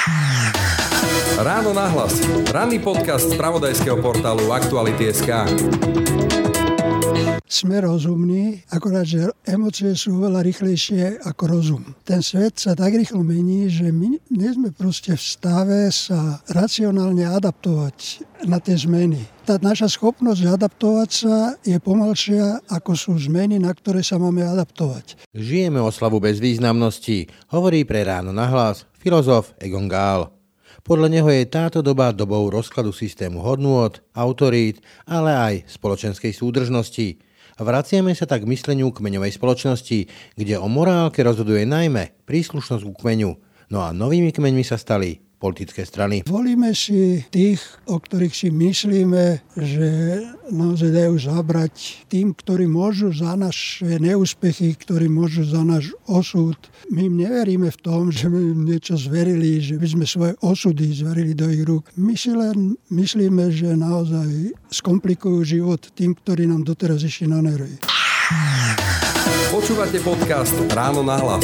Ráno nahlas. Ranný podcast z spravodajského portálu Aktuality.sk. Sme rozumní, akorát, že emócie sú veľa rýchlejšie ako rozum. Ten svet sa tak rýchlo mení, že my nie sme proste v stave sa racionálne adaptovať na tie zmeny. Tá naša schopnosť adaptovať sa je pomalšia, ako sú zmeny, na ktoré sa máme adaptovať. Žijeme oslavu bez významnosti, hovorí pre Ráno nahlas filozof Egon Gál. Podľa neho je táto doba dobou rozkladu systému hodnôt, autorít, ale aj spoločenskej súdržnosti. Vraciame sa tak k mysleniu kmeňovej spoločnosti, kde o morálke rozhoduje najmä príslušnosť k kmeňu. No a novými kmeňmi sa stali politické strany. Volíme si tých, o ktorých si myslíme, že naozaj dajú zabrať tým, ktorí môžu za naše neúspechy, ktorí môžu za náš osud. My im neveríme v tom, že by im niečo zverili, že by sme svoje osudy zverili do ich rúk. My si len myslíme, že naozaj skomplikujú život tým, ktorí nám doteraz išli na nervy. Počúvate podcast Ráno nahlas.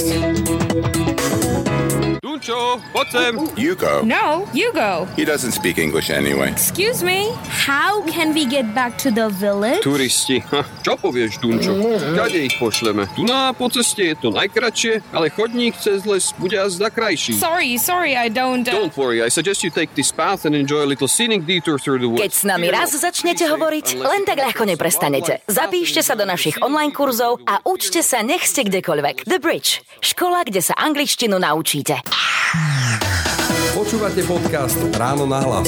Dunčo, poď sem. You go. No, you go. He doesn't speak English anyway. Excuse me, how can we get back to the village? Turisti. Čo povieš, Dunčo? Kade ich pošleme? Tu po ceste je to najkratšie, ale chodník cez les bude azda krajší. Sorry, I don't... Don't worry, I suggest you take this path and enjoy a little scenic detour through the woods. Keď s nami raz začnete hovoriť, len tak ľahko neprestanete. Zapíšte sa do našich online kurzov a učte sa, nech ste kdekoľvek. The Bridge. Škola, kde sa angličtinu naučíte. Počúvate podcast Ráno nahlas.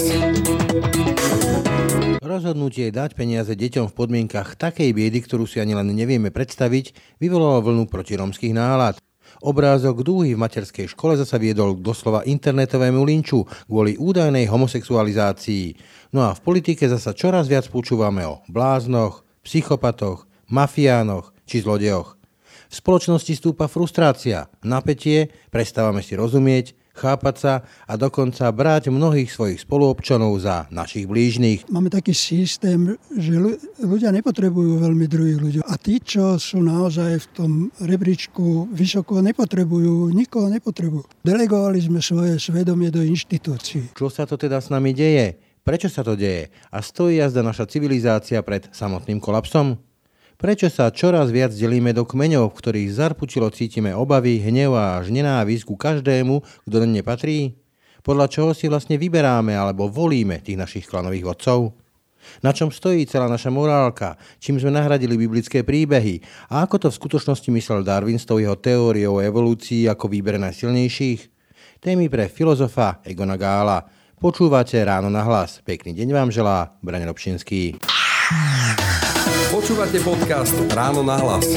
Rozhodnutie dať peniaze deťom v podmienkach takej biedy, ktorú si ani len nevieme predstaviť, vyvolalo vlnu protirómskych nálad. Obrázok dúhy v materskej škole zasa viedol doslova internetovému linču kvôli údajnej homosexualizácii. No a v politike zasa čoraz viac počúvame o bláznoch, psychopatoch, mafiánoch či zlodejoch. V spoločnosti stúpa frustrácia, napätie, prestávame si rozumieť, chápať sa a dokonca brať mnohých svojich spoluobčanov za našich blížnych. Máme taký systém, že ľudia nepotrebujú veľmi druhých ľudí. A tí, čo sú naozaj v tom rebríčku vysoko, nikoho nepotrebujú. Delegovali sme svoje svedomie do inštitúcií. Čo sa to teda s nami deje? Prečo sa to deje? A stojí jazda naša civilizácia pred samotným kolapsom? Prečo sa čoraz viac delíme do kmeňov, v ktorých zarpučilo cítime obavy, hnev a až nenávisť ku každému, kto do ne patrí? Podľa čoho si vlastne vyberáme alebo volíme tých našich klanových vodcov? Na čom stojí celá naša morálka? Čím sme nahradili biblické príbehy? A ako to v skutočnosti myslel Darwin s tou jeho teóriou o evolúcii ako výbere najsilnejších? Témy pre filozofa Egona Gála. Počúvate Ráno nahlas. Pekný deň vám želá Braň Robšinský. Počúvate podcast Ráno nahlas.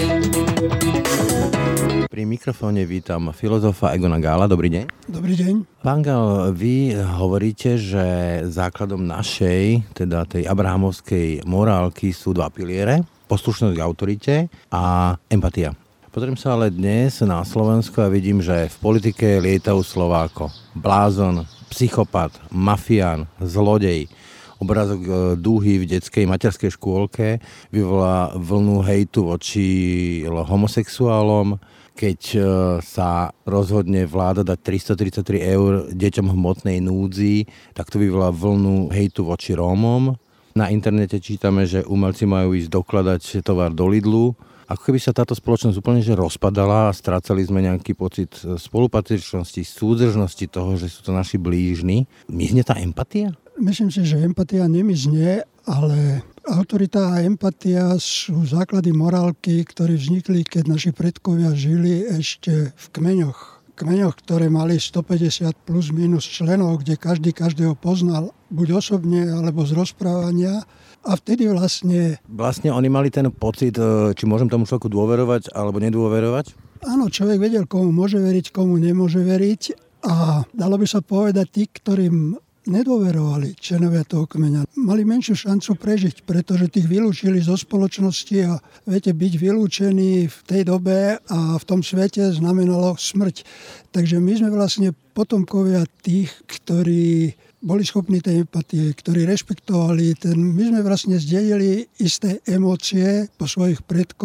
Pri mikrofóne vítam filozofa Egona Gála. Dobrý deň. Dobrý deň. Pán Gál, vy hovoríte, že základom našej, teda tej abrahamovskej morálky sú dva piliere. Poslušnosť k autorite a empatia. Pozriem sa ale dnes na Slovensku a vidím, že v politike lietajú slová ako blázon, psychopat, mafián, zlodej. Obrázok dúhy v detskej materskej škôlke vyvolá vlnu hejtu voči homosexuálom. Keď sa rozhodne vláda dať 333 eur deťom v hmotnej núdzi, tak to vyvolá vlnu hejtu voči Rómom. Na internete čítame, že umelci majú ísť dokladať tovar do Lidlu. Ako keby sa táto spoločnosť úplne že rozpadala a strácali sme nejaký pocit spolupatričnosti, súdržnosti toho, že sú to naši blížni. Mizne tá empatia? Myslím si, že empatia nemizne, ale autorita a empatia sú základy morálky, ktoré vznikli, keď naši predkovia žili ešte v kmeňoch, ktoré mali 150 plus minus členov, kde každý každého poznal, buď osobne, alebo z rozprávania. A vtedy vlastne oni mali ten pocit, či môžem tomu človeku dôverovať alebo nedôverovať? Áno, človek vedel, komu môže veriť, komu nemôže veriť. A dalo by sa povedať, tí, ktorým nedôverovali členovia toho kmeňa, mali menšiu šancu prežiť, pretože tých vylúčili zo spoločnosti a viete, byť vylúčený v tej dobe a v tom svete znamenalo smrť. Takže my sme vlastne potomkovia tých, ktorí boli schopní tej empatie, ktorí rešpektovali my sme vlastne zdedili isté emócie po svojich predkoch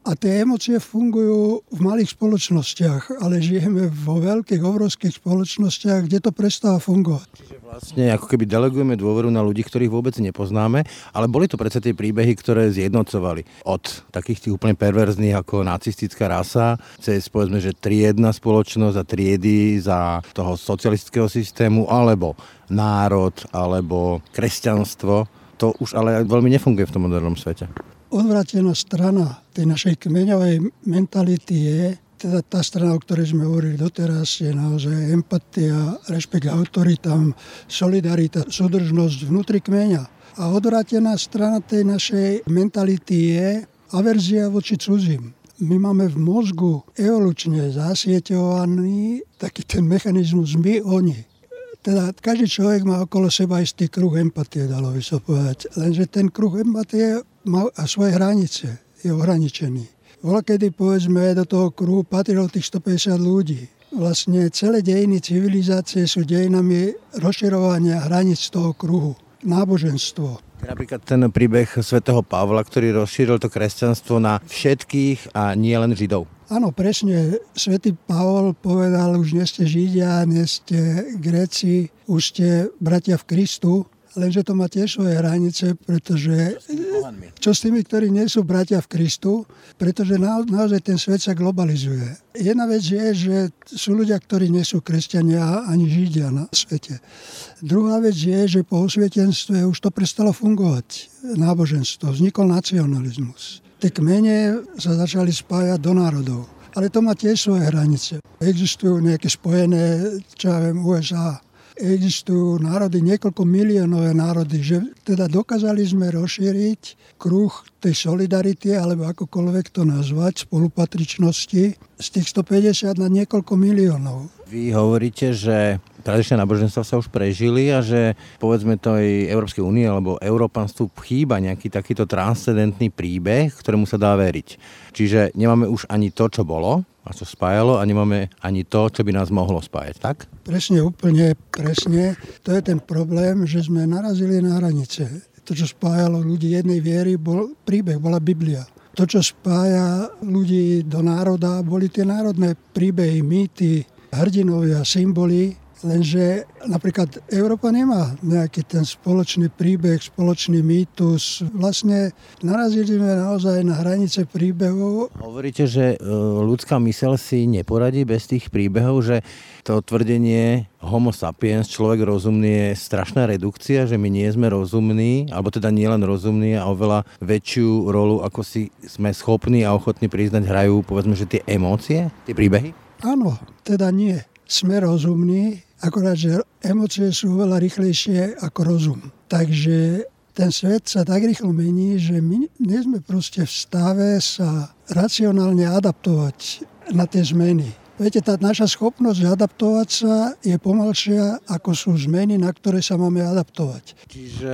A tie emócie fungujú v malých spoločnostiach, ale žijeme vo veľkých, obrovských spoločnostiach, kde to prestáva fungovať. Čiže vlastne ako keby delegujeme dôveru na ľudí, ktorých vôbec nepoznáme, ale boli to predsa tie príbehy, ktoré zjednocovali od takých tých úplne perverzných ako nacistická rasa, cez povedzme, že triedna spoločnosť a triedy za toho socialistického systému, alebo národ, alebo kresťanstvo. To už ale veľmi nefunguje v tom modernom svete. Odvrátená strana tej našej kmeňovej mentality je, teda tá strana, o ktorej sme hovorili doteraz, je naozaj empatia, rešpekt autoritám, solidarita, súdržnosť vnútri kmeňa. A odvrátená strana tej našej mentality je averzia voči cudzím. My máme v mozgu evolučne zasieťovaný taký ten mechanizmus my-oni. Teda každý človek má okolo seba istý kruh empatie, dalo by sa povedať. Lenže ten kruh empatie má svoje hranice, je ohraničený. Volakedy, povedzme, do toho kruhu patrilo tých 150 ľudí. Vlastne celé dejiny civilizácie sú dejinami rozširovania hraníc toho kruhu. Náboženstvo. Napríklad ten príbeh svätého Pavla, ktorý rozšíril to kresťanstvo na všetkých a nie len Židov. Áno, presne. Svätý Pavol povedal, už nie ste Židia, nie ste Gréci, už ste bratia v Kristu. Lenže to má tiež svoje hranice, pretože čo s tými, ktorí nie sú bratia v Kristu, pretože naozaj ten svet sa globalizuje. Jedna vec je, že sú ľudia, ktorí nie sú kresťania ani Židia na svete. Druhá vec je, že po osvietenstve už to prestalo fungovať. Náboženstvo, vznikol nacionalizmus. Tie kmene sa začali spájať do národov. Ale to má tiež svoje hranice. Existujú nejaké spojené, čo ja viem, USA. Existujú národy, niekoľko miliónové národy, že teda dokázali sme rozšíriť kruh tej solidarity, alebo akokoľvek to nazvať, spolupatričnosti, z tých 150 na niekoľko miliónov. Vy hovoríte, že tradičné náboženstva sa už prežili a že povedzme to aj Európskej únie alebo Európanstvu chýba nejaký takýto transcendentný príbeh, ktorému sa dá veriť. Čiže nemáme už ani to, čo bolo a čo spájalo, a nemáme ani to, čo by nás mohlo spájať, tak? Presne, úplne presne. To je ten problém, že sme narazili na hranice. To, čo spájalo ľudí jednej viery, bol príbeh, bola Biblia. To, čo spája ľudí do národa, boli tie národné príbehy, mýty, hrdinovia, symboly. Lenže napríklad Európa nemá nejaký ten spoločný príbeh, spoločný mýtus. Vlastne narazili sme naozaj na hranice príbehov. Hovoríte, že ľudská myseľ si neporadí bez tých príbehov, že to tvrdenie homo sapiens, človek rozumný, je strašná redukcia, že my nie sme rozumní, alebo teda nie len rozumní, a oveľa väčšiu rolu, ako si sme schopní a ochotní priznať, hrajú, povedzme, že tie emócie, tie príbehy? Áno, teda nie. Sme rozumní, akorát, že emócie sú oveľa rýchlejšie ako rozum. Takže ten svet sa tak rýchlo mení, že my nie sme proste v stave sa racionálne adaptovať na tie zmeny. Viete, tá naša schopnosť adaptovať sa je pomalšia, ako sú zmeny, na ktoré sa máme adaptovať. Čiže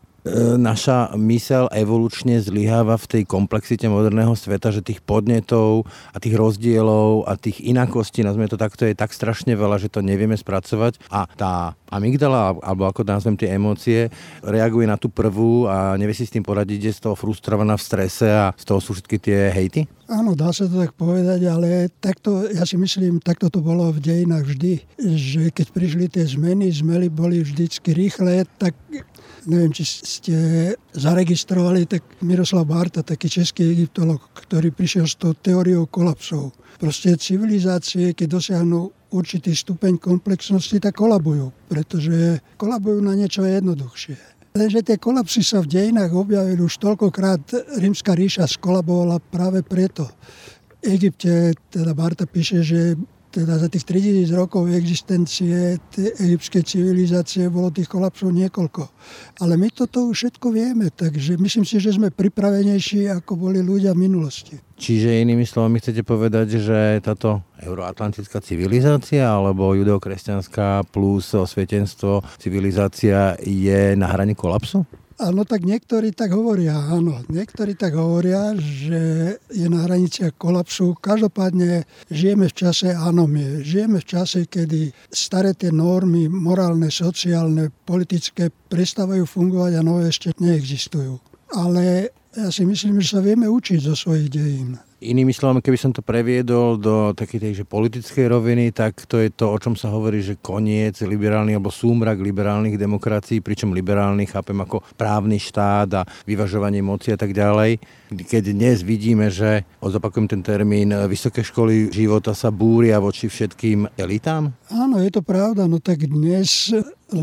naša myseľ evolučne zlyháva v tej komplexite moderného sveta, že tých podnetov a tých rozdielov a tých inakostí, nazvime to takto, je tak strašne veľa, že to nevieme spracovať, a tá amygdala, alebo ako nazvem tie emócie, reaguje na tú prvú a nevie si s tým poradiť, je z toho frustrovaná v strese a z toho sú všetky tie hejty? Áno, dá sa to tak povedať, ale takto, ja si myslím, takto to bolo v dejinách vždy, že keď prišli tie zmeny boli vždycky rýchle, tak neviem, či ste zaregistrovali, tak Miroslav Bárta, taký český egyptolog, ktorý prišiel s tou teóriou kolapsov. Proste civilizácie, keď dosiahnu určitý stupeň komplexnosti, tak kolabujú, pretože kolabujú na niečo jednoduchšie. Lenže tie kolapsy sa v dejinách objavili už toľkokrát. Rímska ríša skolabovala práve preto. V Egypte, teda Bárta píše, že teda za tých 3000 rokov existencie egyptskej civilizácie bolo tých kolapsov niekoľko. Ale my toto už všetko vieme, takže myslím si, že sme pripravenejší, ako boli ľudia v minulosti. Čiže inými slovami chcete povedať, že táto euroatlantická civilizácia alebo judeokresťanská plus osvietenstvo civilizácia je na hrane kolapsu? Áno, tak niektorí tak hovoria, áno. Niektorí tak hovoria, že je na hraniciach kolapsu. Každopádne žijeme v čase anomie. Žijeme v čase, kedy staré tie normy, morálne, sociálne, politické prestávajú fungovať a nové ešte neexistujú. Ale ja si myslím, že sa vieme učiť zo svojich dejín. Inými slovami, keby som to previedol do takej tej politickej roviny, tak to je to, o čom sa hovorí, že koniec liberálnych alebo súmrak liberálnych demokracií, pričom liberálny chápem ako právny štát a vyvažovanie moci a tak ďalej. Keď dnes vidíme, že, zopakujem ten termín, vysoké školy života sa búria voči všetkým elitám? Áno, je to pravda, no tak dnes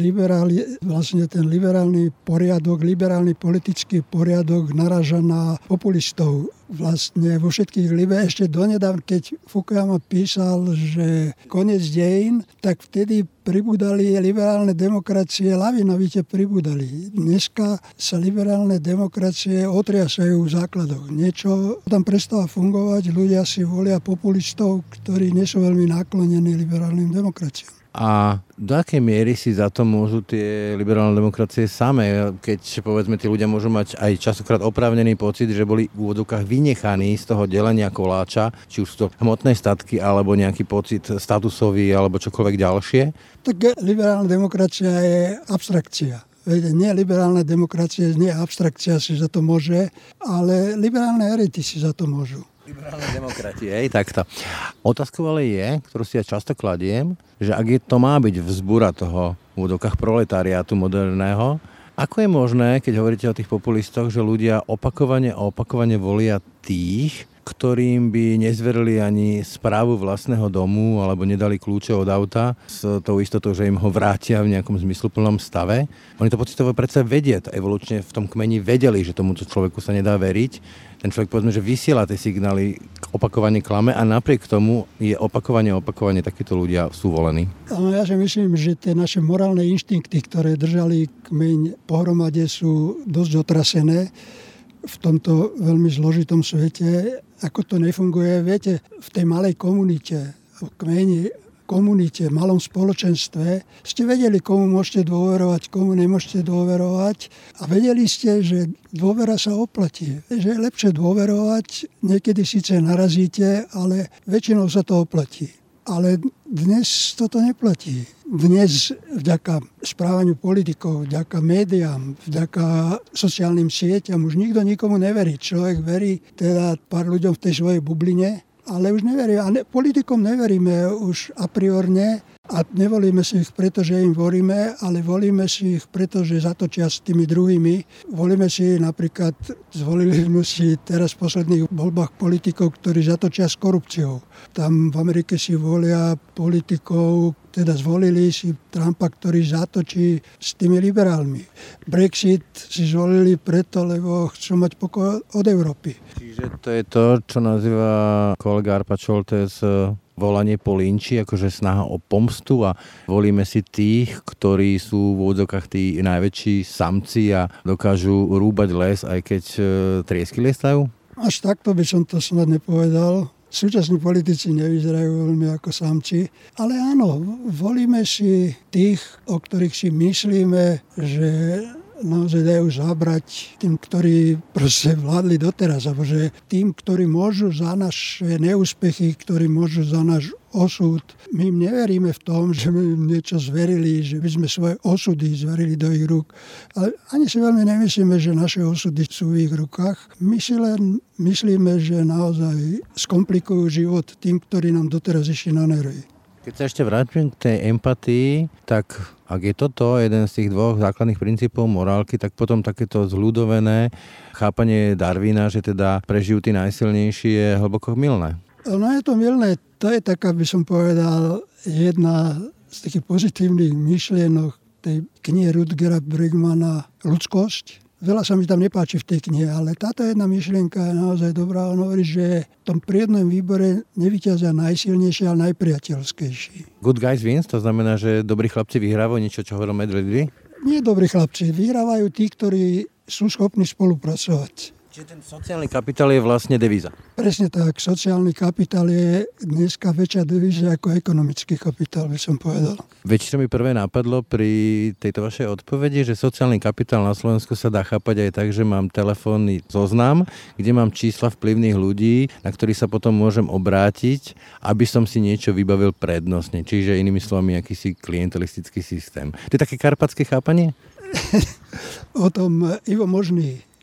vlastne ten liberálny poriadok, liberálny politický poriadok naráža na populistov. Vlastne vo všetkých ešte donedávna, keď Fukuyama písal, že koniec dejín, tak vtedy pribudali liberálne demokracie, lavinovite pribudali. Dneska sa liberálne demokracie otriasajú v základoch. Niečo tam prestáva fungovať, ľudia si volia populistov, ktorí nie sú veľmi naklonení liberálnym demokraciám. A do akej miery si za to môžu tie liberálne demokracie samé, keď povedzme tí ľudia môžu mať aj častokrát oprávnený pocit, že boli v úvodzovkách vynechaní z toho delenia koláča, či už sú to hmotné statky, alebo nejaký pocit statusový, alebo čokoľvek ďalšie? Tak liberálna demokracia je abstrakcia. Nie liberálna demokracia, nie abstrakcia si za to môže, ale liberálne elity si za to môžu. Liberálne demokratie, takto. Otázkou ale je, ktorú si ja často kladiem, že ak to má byť vzbúra toho v úvodokách proletariátu moderného, ako je možné, keď hovoríte o tých populistoch, že ľudia opakovane volia tých, ktorým by nezverili ani správu vlastného domu alebo nedali kľúče od auta s tou istotou, že im ho vrátia v nejakom zmysluplnom stave. Oni to pocitovo predsa vedia, evolučne v tom kmeni vedeli, že tomuto človeku sa nedá veriť. Ten človek povedzme, že vysiela tie signály opakovane klame a napriek tomu je opakovane takíto ľudia sú volení. Ale ja si myslím, že tie naše morálne inštinkty, ktoré držali kmeň pohromade, sú dosť otrasené v tomto veľmi zložitom svete. Ako to nefunguje, viete, v tej malej komunite, v kmeni, komunite, malom spoločenstve ste vedeli, komu môžete dôverovať, komu nemôžete dôverovať a vedeli ste, že dôvera sa oplatí. Že je lepšie dôverovať, niekedy síce narazíte, ale väčšinou sa to oplatí. Ale dnes toto neplatí. Dnes vďaka správaniu politikov, vďaka médiám, vďaka sociálnym sieťam už nikto nikomu neverí. Človek verí teda pár ľuďom v tej svojej bubline, ale už neverí. A politikom neveríme už a priorne a nevolíme si ich, pretože im volíme, ale volíme si ich, pretože zatočia s tými druhými. Volíme si napríklad, zvolili sme si teraz v posledných voľbách politikov, ktorí zatočia s korupciou. Tam v Amerike si volia politikov, teda zvolili si Trumpa, ktorý zatočí s tými liberálmi. Brexit si zvolili preto, lebo chcú mať pokoj od Európy. Čiže to je to, čo nazýva kolega Arpad Šoltes volanie po linči, akože snaha o pomstu a volíme si tých, ktorí sú v úvodzovkách tí najväčší samci a dokážu rúbať les, aj keď triesky liestajú? Až takto by som to snad nepovedal. Súčasní politici nevyzerajú veľmi ako samci, ale áno, volíme si tých, o ktorých si myslíme, že naozaj dajú zabrať tým, ktorí proste vládli doteraz, alebo že tým, ktorí môžu za naše neúspechy, ktorí môžu za náš osud. My im neveríme v tom, že my im niečo zverili, že by sme svoje osudy zverili do ich rúk. Ale ani si veľmi nemyslíme, že naše osudy sú v ich rukách. My si len myslíme, že naozaj skomplikujú život tým, ktorí nám doteraz išli na nervy. Keď sa ešte vrátim k tej empatii, tak ak je toto jeden z tých dvoch základných princípov morálky, tak potom takéto zľudovené chápanie Darwina, že teda prežijú tí najsilnejší, je hlboko mylné. No je to mylné. To je taká, by som povedal, jedna z takých pozitívnych myšlienok tej knihy Rutgera Bregmana Ľudskosť. Veľa sa mi tam nepáči v tej knihe, ale táto jedna myšlienka je naozaj dobrá. On hovorí, že v tom prírodnom výbore nevyťazia najsilnejší, ale najpriateľskejší. Good guys wins, to znamená, že dobrí chlapci vyhrávajú niečo, čo hovoril Matt Ridley? Nie dobrí chlapci, vyhrávajú tí, ktorí sú schopní spolupracovať. Čiže ten sociálny kapitál je vlastne devíza. Presne tak. Sociálny kapitál je dneska väčšia devíza ako ekonomický kapitál, by som povedal. Väčšinou mi prvé napadlo pri tejto vašej odpovedi, že sociálny kapitál na Slovensku sa dá chápať aj tak, že mám telefónny zoznam, kde mám čísla vplyvných ľudí, na ktorých sa potom môžem obrátiť, aby som si niečo vybavil prednostne. Čiže inými slovami, akýsi klientelistický systém. To je také karpatské chápanie? O tom Ivo Možný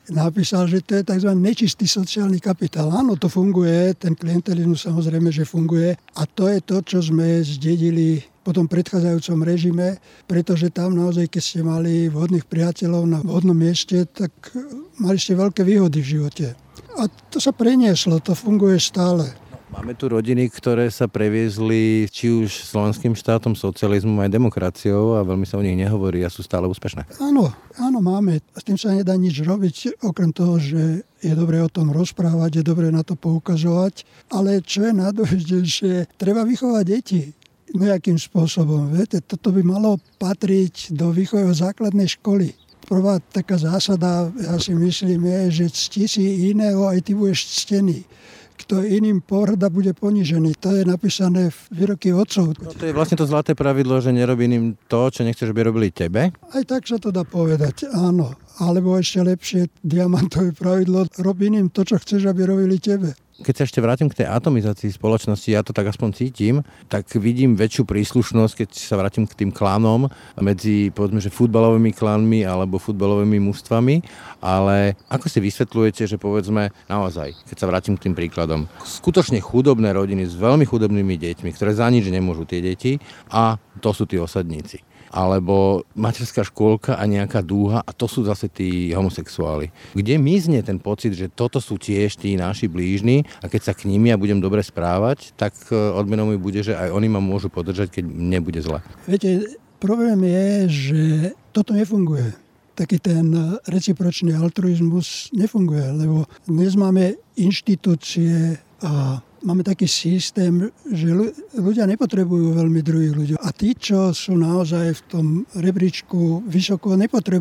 napísal, že to je tzv. Nečistý sociálny kapitál. Áno, to funguje, ten klientelizmus samozrejme, že funguje a to je to, čo sme zdedili po tom predchádzajúcom režime, pretože tam naozaj, keď ste mali vhodných priateľov na vhodnom mieste, tak mali ste veľké výhody v živote. A to sa prenieslo, to funguje stále. Máme tu rodiny, ktoré sa previezli či už slovenským štátom, socializmom aj demokraciou a veľmi sa o nich nehovorí a sú stále úspešné. Áno, máme. S tým sa nedá nič robiť, okrem toho, že je dobré o tom rozprávať, je dobré na to poukazovať, ale čo je najdôležitejšie, treba vychovať deti nejakým spôsobom. Viete, toto by malo patriť do výchovy základnej školy. Prvá taká zásada, ja si myslím, je, že cti si iného, aj ty budeš ctený. Kto iným pohŕda, bude ponižený. To je napísané v výroky otcov. No to je vlastne to zlaté pravidlo, že nerobí iným to, čo nechceš, aby robili tebe? Aj tak sa to dá povedať, áno. Alebo ešte lepšie, diamantové pravidlo, rob iným to, čo chceš, aby robili tebe. Keď sa ešte vrátim k tej atomizácii spoločnosti, ja to tak aspoň cítim, tak vidím väčšiu príslušnosť, keď sa vrátim k tým klanom medzi, povedzme, že futbalovými klanmi alebo futbalovými mužstvami, ale ako si vysvetľujete, že povedzme naozaj, keď sa vrátim k tým príkladom, skutočne chudobné rodiny s veľmi chudobnými deťmi, ktoré za nič nemôžu tie deti a to sú tí osadníci. Alebo materská škôlka a nejaká dúha a to sú zase tí homosexuáli. Kde mizne ten pocit, že toto sú tiež tí naši blížni a keď sa k nimi ja budem dobre správať, tak odmenou mi bude, že aj oni ma môžu podržať, keď nebude zle. Viete, problém je, že toto nefunguje. Taký ten recipročný altruizmus nefunguje, lebo dnes máme inštitúcie a máme taký systém, že ľudia nepotrebujú veľmi druhých ľudí. A tí, čo sú naozaj v tom rebríčku vysoko,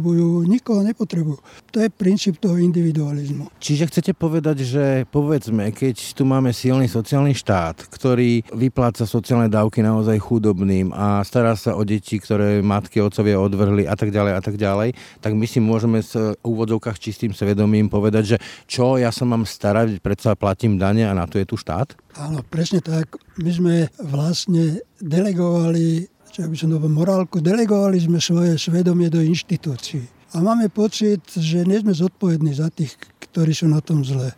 nikoho nepotrebujú. To je princíp toho individualizmu. Čiže chcete povedať, že povedzme, keď tu máme silný sociálny štát, ktorý vypláca sociálne dávky naozaj chudobným a stará sa o deti, ktoré matky, otcovia odvrhli a tak ďalej, tak my si môžeme v úvodzovkách čistým svedomím povedať, že čo ja sa mám starať, predsa platím dane a na to je tu štát? Áno, presne tak. My sme vlastne delegovali, morálku, delegovali sme svoje svedomie do inštitúcií. A máme pocit, že nie sme zodpovední za tých, ktorí sú na tom zle.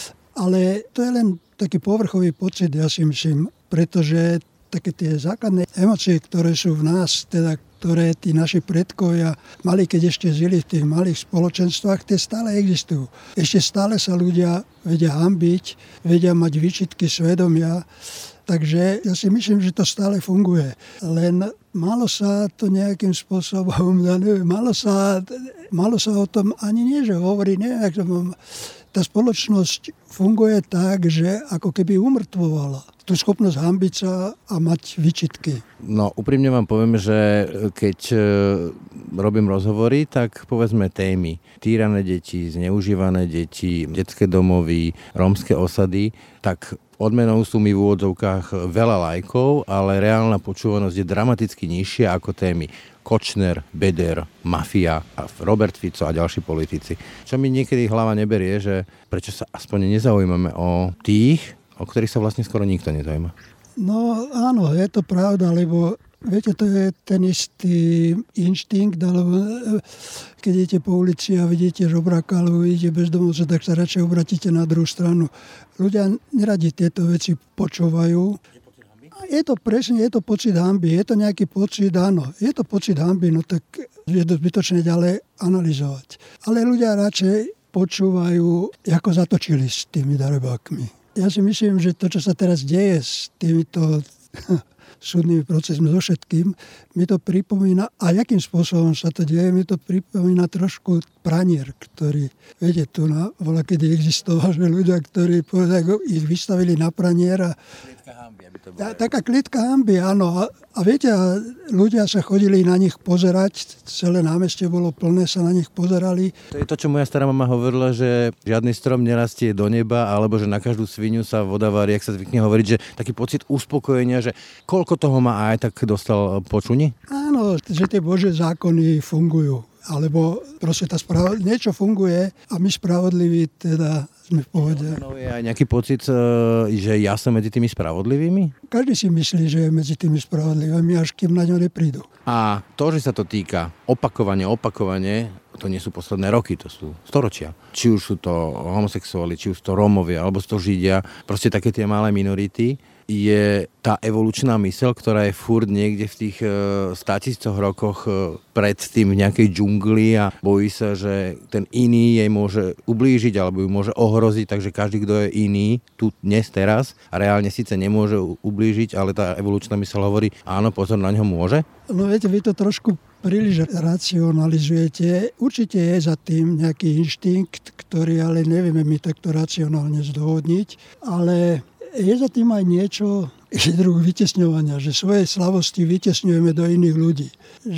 Ale to je len taký povrchový pocit, ja si myslím, pretože také tie základné emócie, ktoré sú v nás, teda ktoré tí naši predkovia mali, keď ešte žili v tých malých spoločenstvách, tie stále existujú. Ešte stále sa ľudia vedia hanbiť, vedia mať výčitky svedomia, takže ja si myslím, že to stále funguje. Len malo sa to nejakým spôsobom, ja neviem, malo sa o tom ani nie, že hovorí, neviem, tá spoločnosť funguje tak, že ako keby umrtvovala tú schopnosť hanbiť sa a mať výčitky. No, úprimne vám poviem, že keď robím rozhovory, tak povedzme témy. Týrané deti, zneužívané deti, detské domovy, rómske osady, tak odmenou sú mi v úvodzovkách veľa lajkov, ale reálna počúvanosť je dramaticky nižšia ako témy Kočner, Beder, mafia, a Robert Fico a ďalší politici. Čo mi niekedy hlava neberie, že prečo sa aspoň nezaujímame o tých, o ktorých sa vlastne skoro nikto nezaujíma. No áno, je to pravda, lebo viete, to je ten istý inštinkt, alebo keď idete po ulici a vidíte žobráka, alebo vidíte bezdomovca, tak sa radšej obratíte na druhú stranu. Ľudia neradi tieto veci počúvajú. Je to presne, je to pocit hanby, je to nejaký pocit, áno, je to pocit hanby, no tak je to zbytočne ďalej analyzovať. Ale ľudia radšej počúvajú, ako zatočili s tými darebákmi. Ja si myslím, že to, čo sa teraz deje s týmito súdnymi procesmi, so všetkým, mi to pripomína, a akým spôsobom sa to deje, mi to pripomína trošku pranier, ktorý, viete, tu bola, kedy existoval, že ľudia, ktorí ich vystavili na pranier a taká klitka hanby, áno. A viete, ľudia sa chodili na nich pozerať, celé námestie bolo plné, sa na nich pozerali. To je to, čo moja stará mama hovorila, že žiadny strom nerastie do neba, alebo že na každú svinu sa voda varí, jak sa zvykne hovoriť, že taký pocit uspokojenia, že koľko toho má aj tak dostal počuni? Áno, že tie Božie zákony fungujú. Alebo proste niečo funguje a my spravodliví teda sme v pohode. Je aj nejaký pocit, že ja som medzi tými spravodlivými? Každý si myslí, že je medzi tými spravodlivými, až kým na ňo neprídu. A to, že sa to týka opakovane, to nie sú posledné roky, to sú storočia. Či už sú to homosexuáli, či už to Rómovia, alebo sú to Židia, proste také tie malé minority, je tá evolučná myseľ, ktorá je furt niekde v tých 100 000 rokoch predtým v nejakej džungli a bojí sa, že ten iný jej môže ublížiť alebo ju môže ohroziť, takže každý, kto je iný, tu dnes, teraz, a reálne síce nemôže ublížiť, ale tá evolučná myseľ hovorí, áno, pozor, na ňo môže. No viete, vy to trošku príliš racionalizujete. Určite je za tým nejaký inštinkt, ktorý ale nevieme my takto racionálne zdôvodniť, ale je za tým aj niečo, druh vytesňovania, že svoje slavosti vytesňujeme do iných ľudí.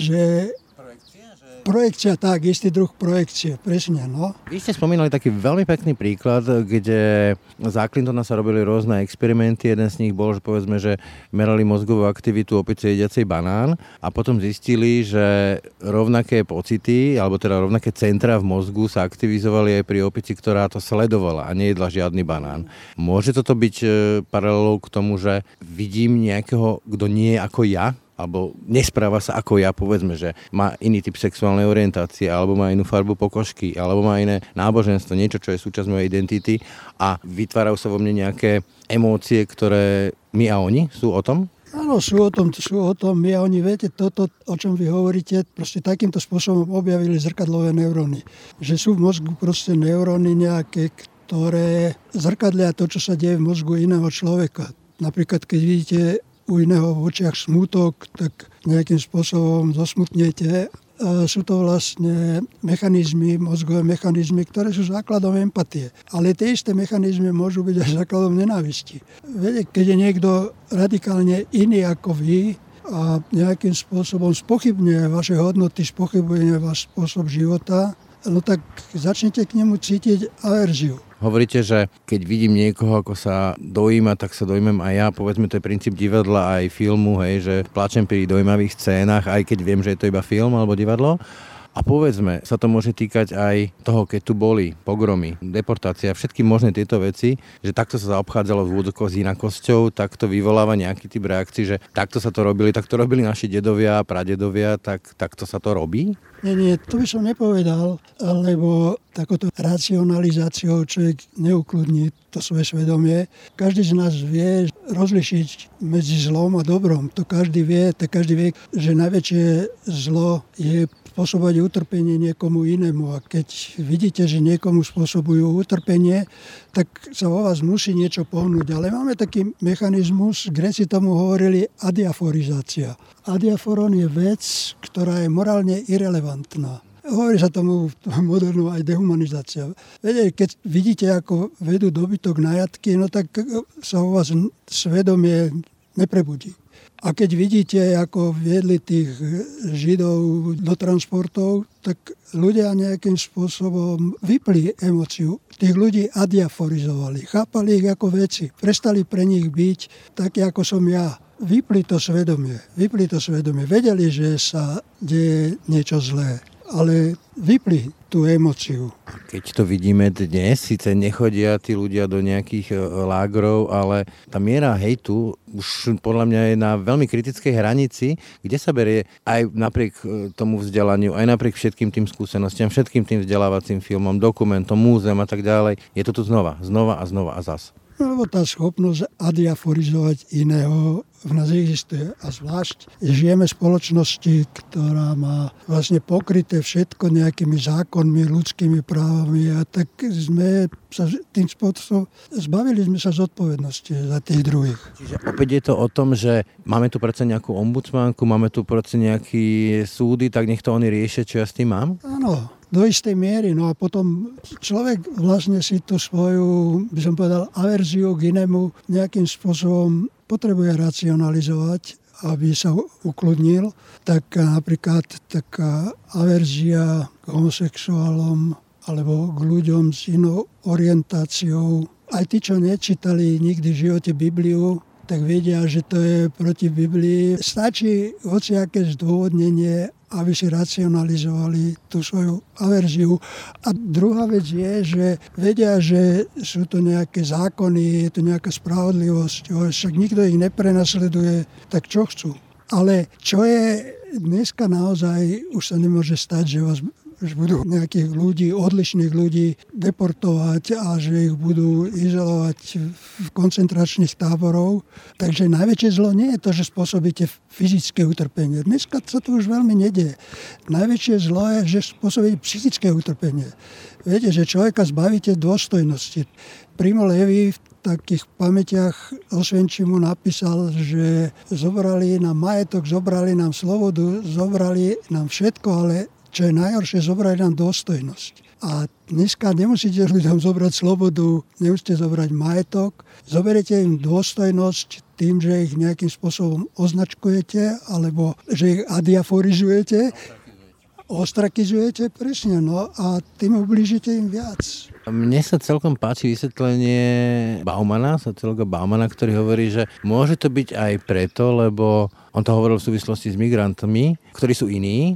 Že projekcia, tak, istý druh projekcie, presne, no. Vy ste spomínali taký veľmi pekný príklad, kde za Clintona sa robili rôzne experimenty. Jeden z nich bol, že povedzme, že merali mozgovú aktivitu opice jediacej banán a potom zistili, že rovnaké pocity, alebo teda rovnaké centra v mozgu sa aktivizovali aj pri opici, ktorá to sledovala a nejedla žiadny banán. Môže toto byť paralelou k tomu, že vidím nejakého, kto nie je ako ja, alebo nespráva sa ako ja, povedzme, že má iný typ sexuálnej orientácie, alebo má inú farbu pokožky, alebo má iné náboženstvo, niečo, čo je súčasť mojej identity a vytvárajú sa vo mne nejaké emócie, ktoré my a oni sú o tom? Áno, sú o tom, my a oni, viete, toto, o čom vy hovoríte, proste takýmto spôsobom objavili zrkadlové neuróny. Že sú v mozgu proste neuróny nejaké, ktoré zrkadlia to, čo sa deje v mozgu iného človeka. Napríklad, keď vidíte u iného v očiach smútok, tak nejakým spôsobom zosmutnete. Sú to vlastne mozgové mechanizmy, ktoré sú základom empatie. Ale tie isté mechanizmy môžu byť aj základom nenávisti. Viete, keď je niekto radikálne iný ako vy a nejakým spôsobom spochybňuje vaše hodnoty, spochybňuje váš spôsob života, no tak začnete k nemu cítiť averziu. Hovoríte, že keď vidím niekoho, ako sa dojíma, tak sa dojímam aj ja. Povedzme, to je princíp divadla aj filmu, hej, že plačem pri dojímavých scénach, aj keď viem, že je to iba film alebo divadlo. A povedzme, sa to môže týkať aj toho, keď tu boli pogromy, deportácia, všetky možné tieto veci, že takto sa zaobchádzalo v úvodzovkách s inakosťou, takto vyvoláva nejaký typ reakcií, že takto sa to robili, tak to robili naši dedovia a pradedovia, tak takto sa to robí? Nie, to by som nepovedal, lebo takouto racionalizáciou človek neukludní to svoje svedomie. Každý z nás vie rozlišiť medzi zlom a dobrom. To každý vie, že najväčšie zlo je spôsobovať utrpenie niekomu inému. A keď vidíte, že niekomu spôsobujú utrpenie, tak sa vo vás musí niečo pohnúť. Ale máme taký mechanizmus, Gréci tomu hovorili adiaforizácia. Adiaforon je vec, ktorá je morálne irelevantná. Hovorí sa tomu modernú aj dehumanizácia. Viete, keď vidíte, ako vedú dobytok na jatky, no tak sa vo vás svedomie neprebudí. A keď vidíte, ako viedli tých Židov do transportov, tak ľudia nejakým spôsobom vypli emóciu. Tých ľudí adiaforizovali, chápali ich ako veci, prestali pre nich byť takí, ako som ja. Vypli to svedomie. Vedeli, že sa deje niečo zlé, ale vypli tú emóciu. Keď to vidíme dnes, síce nechodia tí ľudia do nejakých lágrov, ale tá miera hejtu už podľa mňa je na veľmi kritickej hranici, kde sa berie aj napriek tomu vzdelaniu, aj napriek všetkým tým skúsenostiam, všetkým tým vzdelávacím filmom, dokumentom, múzeum a tak ďalej. Je to tu znova a zas. Lebo tá schopnosť adiaforizovať iného v nás existuje. A zvlášť žijeme v spoločnosti, ktorá má vlastne pokryté všetko nejakými zákonmi, ľudskými právami a tak sme sa tým spôsobom zbavili sme sa zodpovednosti za tých druhých. Čiže opäť je to o tom, že máme tu predsa nejakú ombudsmanku, máme tu predsa nejaké súdy, tak nech to oni riešia, čo ja s tým mám? Áno. Do istej miery. No a potom človek vlastne si tú svoju, by som povedal, averziu k inému nejakým spôsobom potrebuje racionalizovať, aby sa ukludnil. Tak napríklad taká averzia k homosexuálom alebo k ľuďom s inou orientáciou. Aj tí, čo nečítali nikdy v živote Bibliu, tak vedia, že to je proti Biblii. Stačí hociaké zdôvodnenie, aby si racionalizovali tú svoju averziu. A druhá vec je, že vedia, že sú to nejaké zákony, je to nejaká spravodlivosť, však nikto ich neprenasleduje, tak čo chcú. Ale čo je dneska naozaj, už sa nemôže stať, že vás že budú nejakých ľudí, odlišných ľudí deportovať a že ich budú izolovať v koncentračných táborov. Takže najväčšie zlo nie je to, že spôsobíte fyzické utrpenie. Dneska sa to už veľmi nedieje. Najväčšie zlo je, že spôsobíte psychické utrpenie. Viete, že človeka zbavíte dôstojnosti. Primo Levi v takých pamätiach Osvienčimu napísal, že zobrali nám majetok, zobrali nám slobodu, zobrali nám všetko, ale čo je najhoršie, zobrali nám dôstojnosť. A dneska nemusíte ľuďom zobrať slobodu, nemusíte zobrať majetok, zoberiete im dôstojnosť tým, že ich nejakým spôsobom označkujete, alebo že ich adiaforizujete, ostrakizujete, presne, no a tým ublížite im viac. Mne sa celkom páči vysvetlenie sociológa Baumana, ktorý hovorí, že môže to byť aj preto, lebo on to hovoril v súvislosti s migrantmi, ktorí sú iní,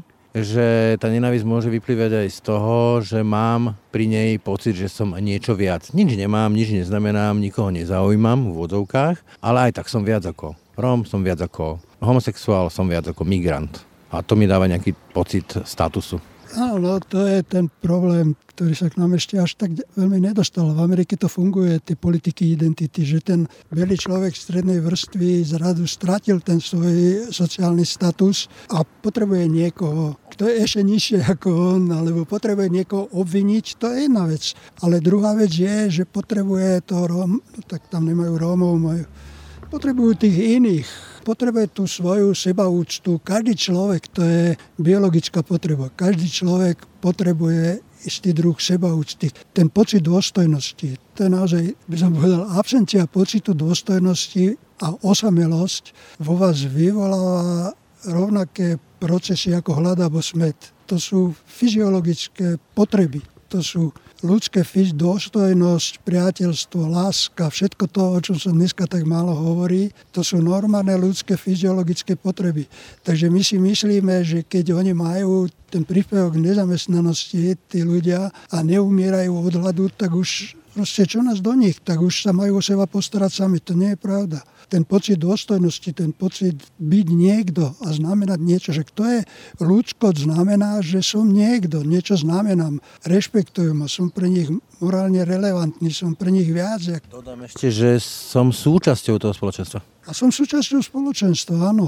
že tá nenávisť môže vyplývať aj z toho, že mám pri nej pocit, že som niečo viac. Nič nemám, nič neznamenám, nikoho nezaujímam v úvodzovkách, ale aj tak som viac ako Róm, som viac ako homosexuál, som viac ako migrant. A to mi dáva nejaký pocit statusu. Áno, to je ten problém, ktorý sa k nám ešte až tak veľmi nedostal. V Amerike to funguje, tie politiky identity, že ten bielý človek strednej vrstvy zrazu stratil ten svoj sociálny status a potrebuje niekoho, kto je ešte nižšie ako on, alebo potrebuje niekoho obviniť, to je jedna vec. Ale druhá vec je, že potrebuje to tak tam nemajú Rómov, potrebujú tých iných. Potrebuje tú svoju sebaúctu. Každý človek, to je biologická potreba. Každý človek potrebuje istý druh sebaúcty. Ten pocit dôstojnosti, to je naozaj, by som povedal, absencia pocitu dôstojnosti a osamelosť vo vás vyvoláva rovnaké procesy ako hlad alebo smäd. To sú fyziologické potreby. To sú ľudské dôstojnosť, priateľstvo, láska, všetko to, o čom sa dneska tak málo hovorí, to sú normálne ľudské fyziologické potreby. Takže my si myslíme, že keď oni majú ten príspevok nezamestnanosti, tí ľudia, a neumierajú od hladu, tak už proste čo nás do nich, tak už sa majú o seba postarať sami. To nie je pravda. Ten pocit dôstojnosti, ten pocit byť niekto a znamenať niečo, že kto je ľudskosť, znamená, že som niekto, niečo znamenám, rešpektujem a som pre nich morálne relevantný, som pre nich viac. Dodám ešte, že som súčasťou toho spoločenstva. A som súčasťou spoločenstva, áno.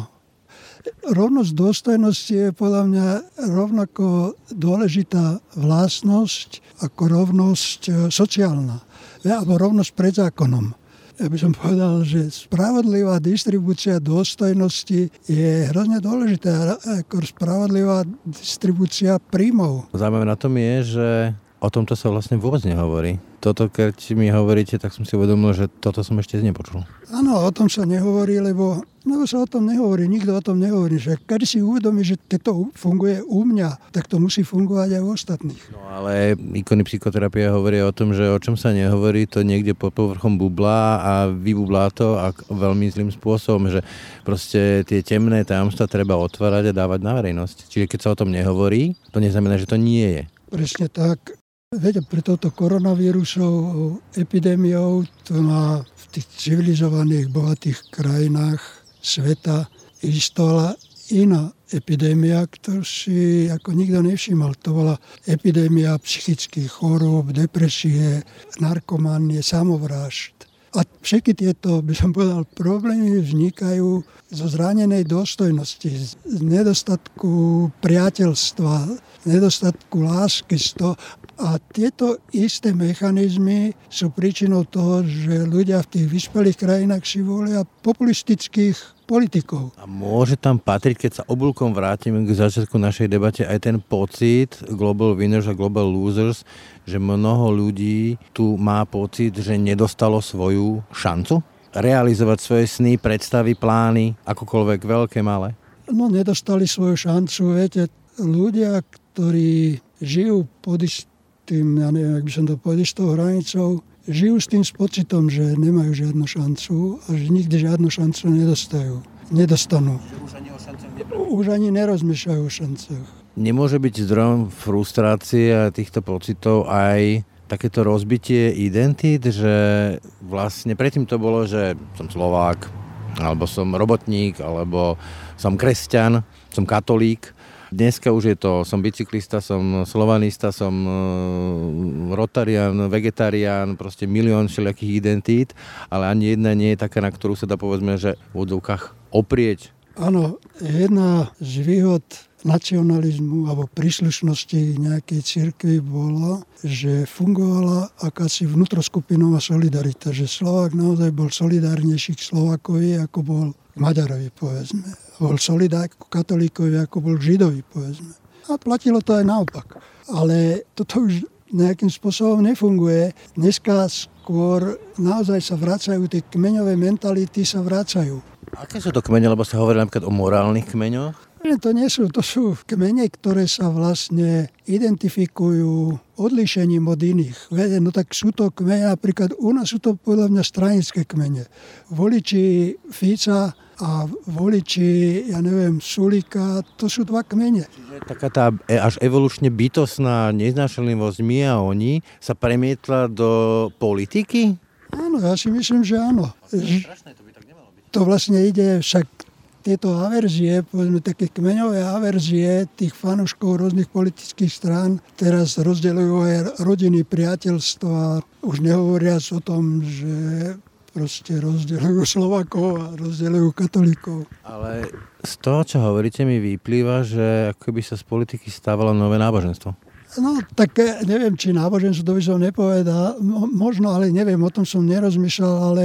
Rovnosť dôstojnosti je podľa mňa rovnako dôležitá vlastnosť ako rovnosť sociálna, alebo rovnosť pred zákonom. Ja by som povedal, že spravodlivá distribúcia dôstojnosti je hrozne dôležitá ako spravodlivá distribúcia príjmov. Zaujímavé na tom je, že o tomto sa vlastne vôbec nehovorí. Toto, keď mi hovoríte, tak som si uvedomil, že toto som ešte nepočul. Áno, o tom sa nehovorí, lebo sa o tom nehovorí, nikto o tom nehovorí. Že keď si uvedomí, že to funguje u mňa, tak to musí fungovať aj u ostatných. No ale ikony psychoterapie hovoria o tom, že o čom sa nehovorí, to niekde pod povrchom bublá a vybublá to a veľmi zlým spôsobom, že proste tie temné tajomstvá treba otvárať a dávať na verejnosť. Čiže keď sa o tom nehovorí, to neznamená, že to nie je. Presne tak. Viete, pre touto koronavírusovou epidémiou to má v tých civilizovaných, bohatých krajinách sveta existovala iná epidémia, ktorú si ako nikto nevšímal. To bola epidémia psychických chorôb, depresie, narkomanie, samovrážd. A všetky tieto, by som povedal, problémy vznikajú zo zranenej dôstojnosti, z nedostatku priateľstva, nedostatku lásky z toho. A tieto isté mechanizmy sú príčinou toho, že ľudia v tých vyspelých krajinách si volia populistických politikov. A môže tam patriť, keď sa obulkom vrátime k začiatku našej debate, aj ten pocit global winners a global losers, že mnoho ľudí tu má pocit, že nedostalo svoju šancu realizovať svoje sny, predstavy, plány, akokoľvek veľké, malé? No, nedostali svoju šancu. Viete, ľudia, ktorí žijú pod tým, ja neviem, ak by som to povedal, s tou hranicou, žijú s tým s pocitom, že nemajú žiadnu šancu a že nikdy žiadnu šancu nedostanú. Už ani nerozmýšľajú o šancach. Nemôže byť zdrojom frustrácie a týchto pocitov aj takéto rozbitie identít, že vlastne predtým to bolo, že som Slovák, alebo som robotník, alebo som kresťan, som katolík Dneska už je to, som bicyklista, som slovanista, som rotarián, vegetarián, proste milión všelijakých identít, ale ani jedna nie je taká, na ktorú sa dá povedzme, že v odzvukách oprieť. Áno, jedna z výhod nacionalizmu alebo príslušnosti nejakej cirkvi bola, že fungovala akási vnútroskupinová solidarita, že Slovák naozaj bol solidárnejší k Slovákovi, ako bol k Maďarovi, povedzme. Bol solidár k katolíkovi, ako bol k Židovi, povedzme. A platilo to aj naopak. Ale toto už nejakým spôsobom nefunguje. Dneska skôr naozaj sa vracajú, tie kmeňové mentality sa vracajú. Aké sú to kmene, lebo sa hovorí napríklad o morálnych kmeňoch? To sú kmene, ktoré sa vlastne identifikujú odlíšením od iných. No tak sú to kmene, napríklad u nás sú to podľa mňa stranické kmene. Voliči Fica a voliči, Sulíka, to sú dva kmene. Taká tá až evolučne bytostná neznášanlivosť my a oni sa premietla do politiky? Áno, ja si myslím, že áno. To vlastne ide však tieto averzie, povedzme také kmeňové averzie tých fanúškov rôznych politických strán teraz rozdeľujú aj rodiny, priateľstva. Už nehovoriac o tom, že proste rozdeľujú Slovákov a rozdeľujú katolíkov. Ale z toho, čo hovoríte, mi vyplýva, že akoby sa z politiky stávalo nové náboženstvo. No, tak neviem, či náboženstvo, to by som nepovedal. Možno, ale neviem, o tom som nerozmýšľal, ale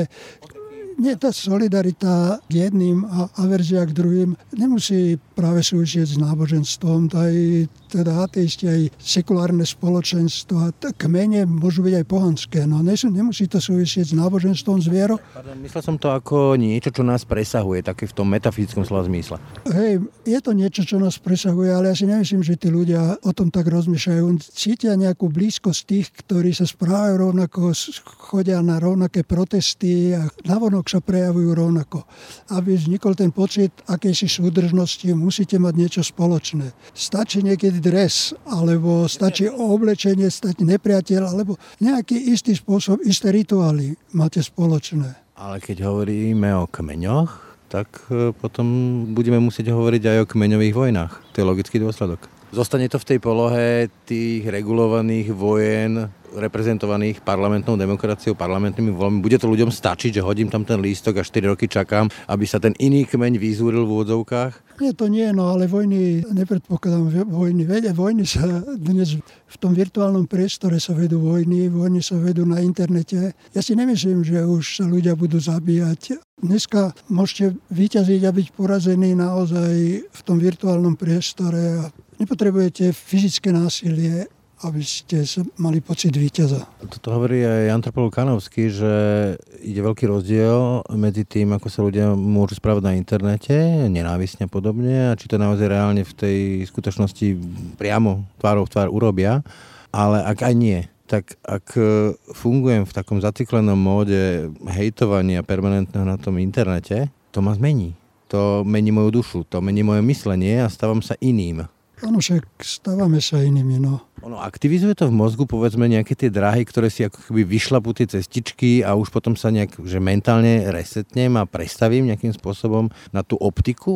nie, tá solidarita k jedným a averzia k druhým nemusí práve súvisieť s náboženstvom. Aj teda ateisti, aj sekulárne spoločenstva, kmene môžu byť aj pohanské. No nemusí to súvisieť s náboženstvom, s vierou. Myslel som to ako niečo, čo nás presahuje, také v tom metafyzickom slova zmysle. Hej, je to niečo, čo nás presahuje, ale ja si nemyslím, že tí ľudia o tom tak rozmýšľajú. Cítia nejakú blízkosť tých, ktorí sa správajú rovnako, chodia na rovnaké protesty a navonok sa prejavujú rovnako. Aby vznikol ten pocit akejsi súdržnosti, musíte mať niečo spoločné. Stačí niekedy dres, alebo stačí oblečenie, stačí nepriateľ, alebo nejaký istý spôsob, isté rituály máte spoločné. Ale keď hovoríme o kmeňoch, tak potom budeme musieť hovoriť aj o kmeňových vojnách. To je logický dôsledok. Zostane to v tej polohe tých regulovaných vojen, reprezentovaných parlamentnou demokraciou, parlamentnými voľbami. Bude to ľuďom stačiť, že hodím tam ten lístok a 4 roky čakám, aby sa ten iný kmeň vyzúril v úvodzovkách? Nie, to nie, no ale vojny, nepredpokladám vojny. Vojny sa dnes v tom virtuálnom priestore sa vedú vojny sa vedú na internete. Ja si nemyslím, že už sa ľudia budú zabíjať. Dneska môžete vyťaziť a byť porazení naozaj v tom virtuálnom priestore. Nepotrebujete fyzické násilie, aby ste mali pocit víťaza. Toto hovorí aj antropolog Kanovský, že ide veľký rozdiel medzi tým, ako sa ľudia môžu správať na internete, nenávisne a podobne, a či to naozaj reálne v tej skutočnosti priamo tvárou v tvár urobia, ale ak aj nie, tak ak fungujem v takom zaciklenom móde hejtovania permanentného na tom internete, to ma zmení. To mení moju dušu, to mení moje myslenie a stávam sa iným. Áno, však stávame sa inými, no. Ono aktivizuje to v mozgu, povedzme, nejaké tie dráhy, ktoré si ako keby vyšlapú tie cestičky a už potom sa nejak, že mentálne resetnem a prestavím nejakým spôsobom na tú optiku.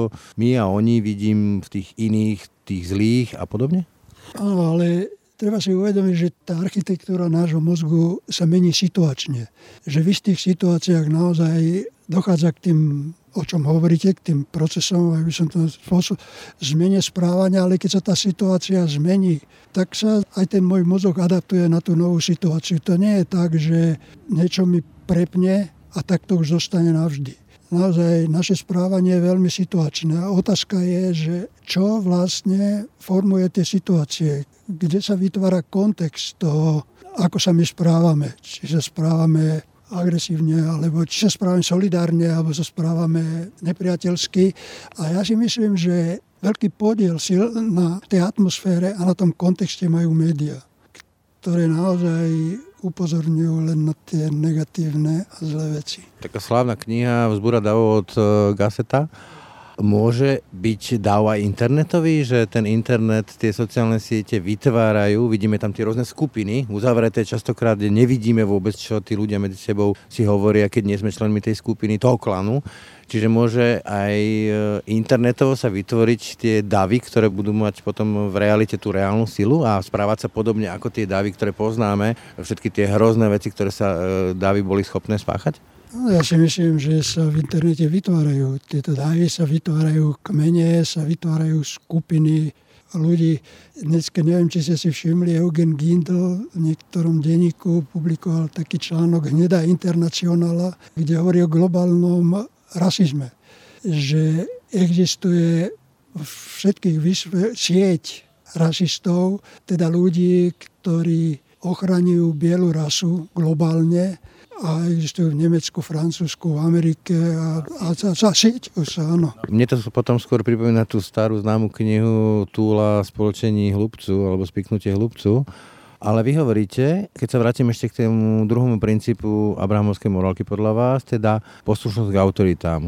My a oni vidím v tých iných, tých zlých a podobne? Áno, ale treba si uvedomiť, že tá architektúra nášho mozgu sa mení situačne. Že v istých situáciách naozaj dochádza k tým, o čom hovoríte, k tým procesom, aby som to spôsob zmene správania, ale keď sa tá situácia zmení, tak sa aj ten môj mozog adaptuje na tú novú situáciu. To nie je tak, že niečo mi prepne a tak to už zostane navždy. Naozaj naše správanie je veľmi situačné. A otázka je, že čo vlastne formuje tie situácie, kde sa vytvára kontext toho, ako sa my správame. Či sa správame agresívne, alebo či sa správame solidárne, alebo sa správame nepriateľsky. A ja si myslím, že veľký podiel na tej atmosfére a na tom kontexte majú médiá, ktoré naozaj upozorňujú len na tie negatívne a zlé veci. Taká slávna kniha Vzbúra davov od Gasseta môže byť dáv aj internetový, že ten internet, tie sociálne siete vytvárajú, vidíme tam tie rôzne skupiny, uzavreté častokrát nevidíme vôbec, čo tí ľudia medzi sebou si hovoria, keď nie sme členmi tej skupiny, toho klanu. Čiže môže aj internetovo sa vytvoriť tie davy, ktoré budú mať potom v realite tú reálnu silu a správať sa podobne ako tie davy, ktoré poznáme, všetky tie hrozné veci, ktoré sa davy boli schopné spáchať? No, ja si myslím, že sa v internete vytvárajú. Tieto davy sa vytvárajú kmene, sa vytvárajú skupiny ľudí. Dneska neviem, či ste si všimli, Eugen Gindl v niektorom denníku publikoval taký článok Hnedá internacionála, kde hovorí o globálnom rasizme. Že existuje všetkých sieť rasistov, teda ľudí, ktorí ochraňujú bielu rasu globálne a existujú v Nemecku, Francúzsku, v Amerike a sieťujú sa, áno. Mne to potom skôr pripomína tú starú známu knihu Túla spoločení hlubcu alebo Spiknutie hlubcu. Ale vy hovoríte, keď sa vrátim ešte k tému druhému princípu abrahamovskej morálky podľa vás, teda poslušnosť k autoritám,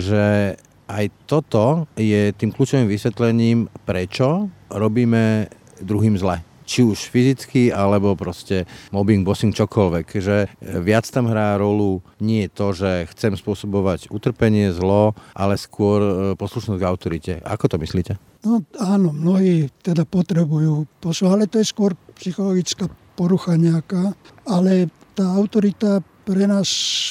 že aj toto je tým kľúčovým vysvetlením, prečo robíme druhým zle. Či už fyzicky, alebo proste mobbing, bossing, čokoľvek. Že viac tam hrá rolu nie to, že chcem spôsobovať utrpenie, zlo, ale skôr poslušnosť k autorite. Ako to myslíte? No áno, mnohí teda potrebujú posluchnúť, ale to je skôr psychologická porucha nejaká. Ale tá autorita pre nás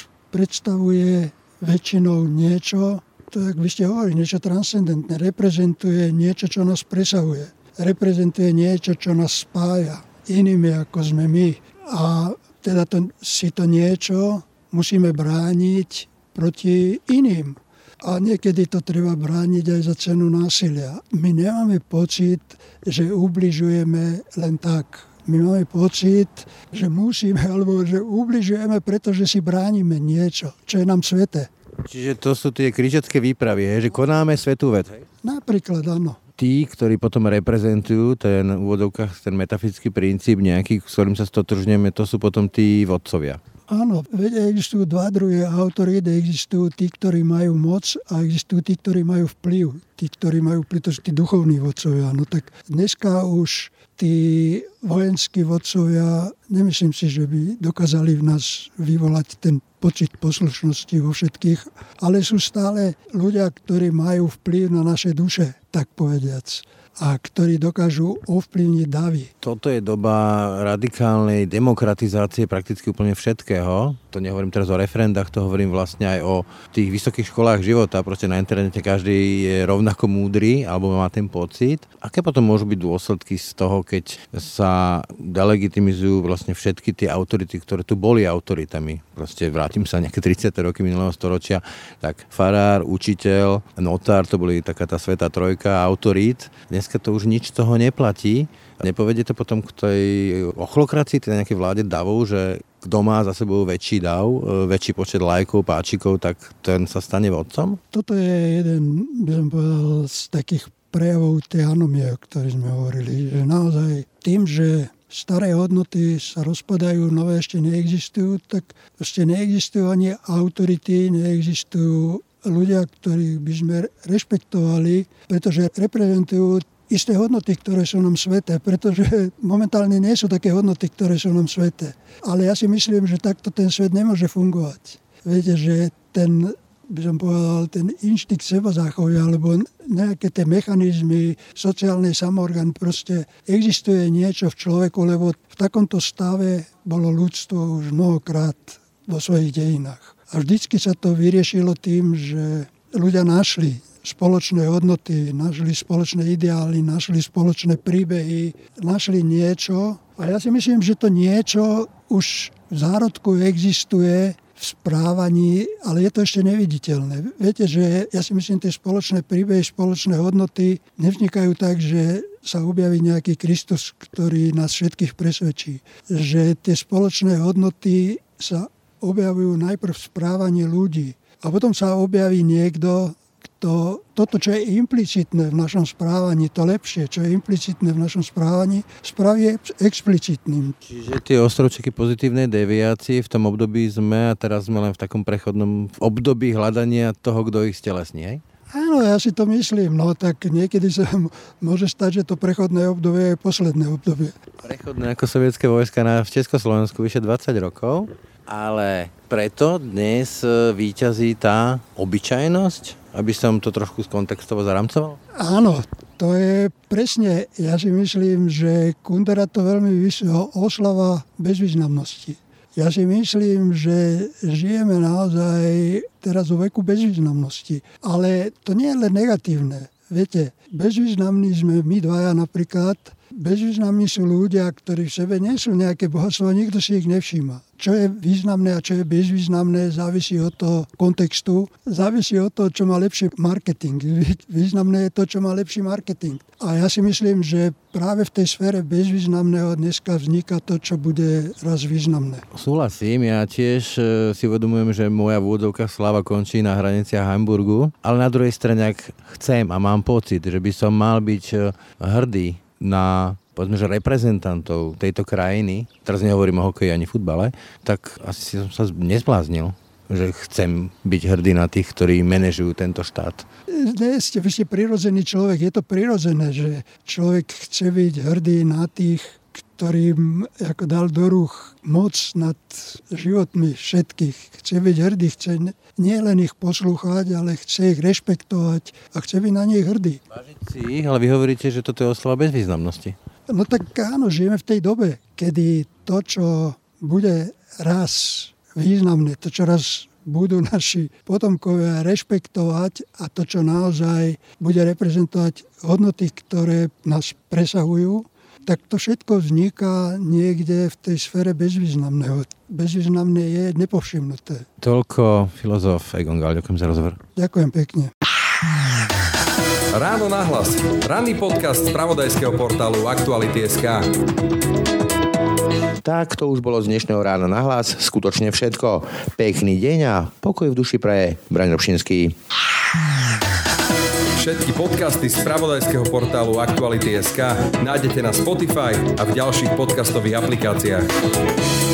predstavuje väčšinou niečo, to jak vy ste hovorili, niečo transcendentné, reprezentuje niečo, čo nás presahuje. Reprezentuje niečo, čo nás spája inými, ako sme my. A teda si to niečo musíme brániť proti iným. A niekedy to treba brániť aj za cenu násilia. My nemáme pocit, že ubližujeme len tak. My máme pocit, že musíme, alebo že ubližujeme, pretože si bránime niečo, čo je nám sveté. Čiže to sú tie križacké výpravy, že konáme svätú vec. Napríklad, áno. Tí, ktorí potom reprezentujú ten v úvodovkách, ten metafyzický princíp nejaký, s ktorým sa stotožňujeme, to sú potom tí vodcovia. Áno, veď existujú dva druhy autorít, existujú tí, ktorí majú moc a existujú tí, ktorí majú vplyv. Tí, ktorí majú vplyv, to sú tí duchovní vodcovia. No tak dneska už tí vojenskí vodcovia, nemyslím si, že by dokázali v nás vyvolať ten pocit poslušnosti vo všetkých, ale sú stále ľudia, ktorí majú vplyv na naše duše, tak povediac, a ktorí dokážu ovplyvniť davy. Toto je doba radikálnej demokratizácie prakticky úplne všetkého. To nehovorím teraz o referendách, to hovorím vlastne aj o tých vysokých školách života. Proste na internete každý je rovnako múdry, alebo má ten pocit. Aké potom môžu byť dôsledky z toho, keď sa delegitimizujú vlastne všetky tie autority, ktoré tu boli autoritami? Proste vrátim sa nejaké 30. roky minulého storočia, tak farár, učiteľ, notár, to boli taká tá svätá trojka autorít. Dneska to už nič z toho neplatí. Nepovedie to potom k tej ochlokracii, teda nejakej vláde davov, že kto má za sebou väčší dav, väčší počet lajkov, páčikov, tak ten sa stane vodcom? Toto je jeden, by som povedal, z takých prejavov tej anomie, o ktorej sme hovorili. Že naozaj tým, že staré hodnoty sa rozpadajú, nové ešte neexistujú, tak ešte neexistujú ani autority, neexistujú ľudia, ktorých by sme rešpektovali, pretože reprezentujú isté hodnoty, ktoré sú nám sveté, pretože momentálne nie sú také hodnoty, ktoré sú nám sveté. Ale ja si myslím, že takto ten svet nemôže fungovať. Viete, že ten, by som povedal, ten inštinkt sebazáchovia, alebo nejaké tie mechanizmy sociálnej samoorgan, proste existuje niečo v človeku, lebo v takomto stave bolo ľudstvo už mnohokrát vo svojich dejinách. A vždycky sa to vyriešilo tým, že ľudia našli spoločné hodnoty, našli spoločné ideály, našli spoločné príbehy, našli niečo. A ja si myslím, že to niečo už v zárodku existuje v správaní, ale je to ešte neviditeľné. Viete, že ja si myslím, tie spoločné príbehy, spoločné hodnoty nevznikajú tak, že sa objaví nejaký Kristus, ktorý nás všetkých presvedčí. Že tie spoločné hodnoty sa objavujú najprv v správaní ľudí a potom sa objaví niekto, toto, čo je implicitné v našom správaní, to lepšie, čo je implicitné v našom správaní, spraví explicitným. Čiže tie ostrovčeky pozitívnej deviácie v tom období sme, a teraz sme len v takom prechodnom období hľadania toho, kto ich stelesní, hej? Áno, ja si to myslím. No tak niekedy sa môže stať, že to prechodné obdobie je posledné obdobie. Prechodné ako sovietské vojska v Československu vyše 20 rokov, ale preto dnes víťazí tá obyčajnosť, aby som to trošku kontextovo zaramcoval? Áno, to je presne, ja si myslím, že Kundera to veľmi oslava bezvýznamnosti. Ja si myslím, že žijeme naozaj teraz vo veku bezvýznamnosti. Ale to nie je len negatívne. Viete, bezvýznamní sme my dvaja napríklad. Bezvýznamní sú ľudia, ktorí v sebe nie sú nejaké bohatstvo, nikto si ich nevšíma. Čo je významné a čo je bezvýznamné, závisí od toho kontextu, závisí od toho, čo má lepší marketing. Významné je to, čo má lepší marketing. A ja si myslím, že práve v tej sfére bezvýznamného dneska vzniká to, čo bude raz významné. Súhlasím, ja tiež si uvedomujem, že moja vôdzovka sláva končí na hraniciach Hamburgu, ale na druhej strane, ak chcem a mám pocit, že by som mal byť hrdý na, povedzme, že reprezentantov tejto krajiny, teraz nehovorím o hokeji ani futbale, tak asi som sa nezbláznil, že chcem byť hrdý na tých, ktorí manažujú tento štát. Vy ste prirodzený človek, je to prirodzené, že človek chce byť hrdý na tých, ktorým ako dal do rúch moc nad životmi všetkých. Chce byť hrdý, chce nie len ich poslúchať, ale chce ich rešpektovať a chce byť na nich hrdý. Vážiť si ich, ale vy hovoríte, že toto je oslava bezvýznamnosti. No tak áno, žijeme v tej dobe, kedy to, čo bude raz významné, to, čo raz budú naši potomkovia rešpektovať a to, čo naozaj bude reprezentovať hodnoty, ktoré nás presahujú, tak to všetko vzniká niekde v tej sfére bezvýznamného. Bezvýznamné je nepovšimnuté. Toľko filozof Egon Gál, ďakujem za rozhovor. Ďakujem pekne. Ráno nahlas. Ranný podcast z spravodajského portálu Aktuality.sk. Tak to už bolo z dnešného Rána nahlas. Skutočne všetko. Pekný deň a pokoj v duši praje Braň Robšinský. Všetky podcasty z spravodajského portálu Aktuality.sk nájdete na Spotify a v ďalších podcastových aplikáciách.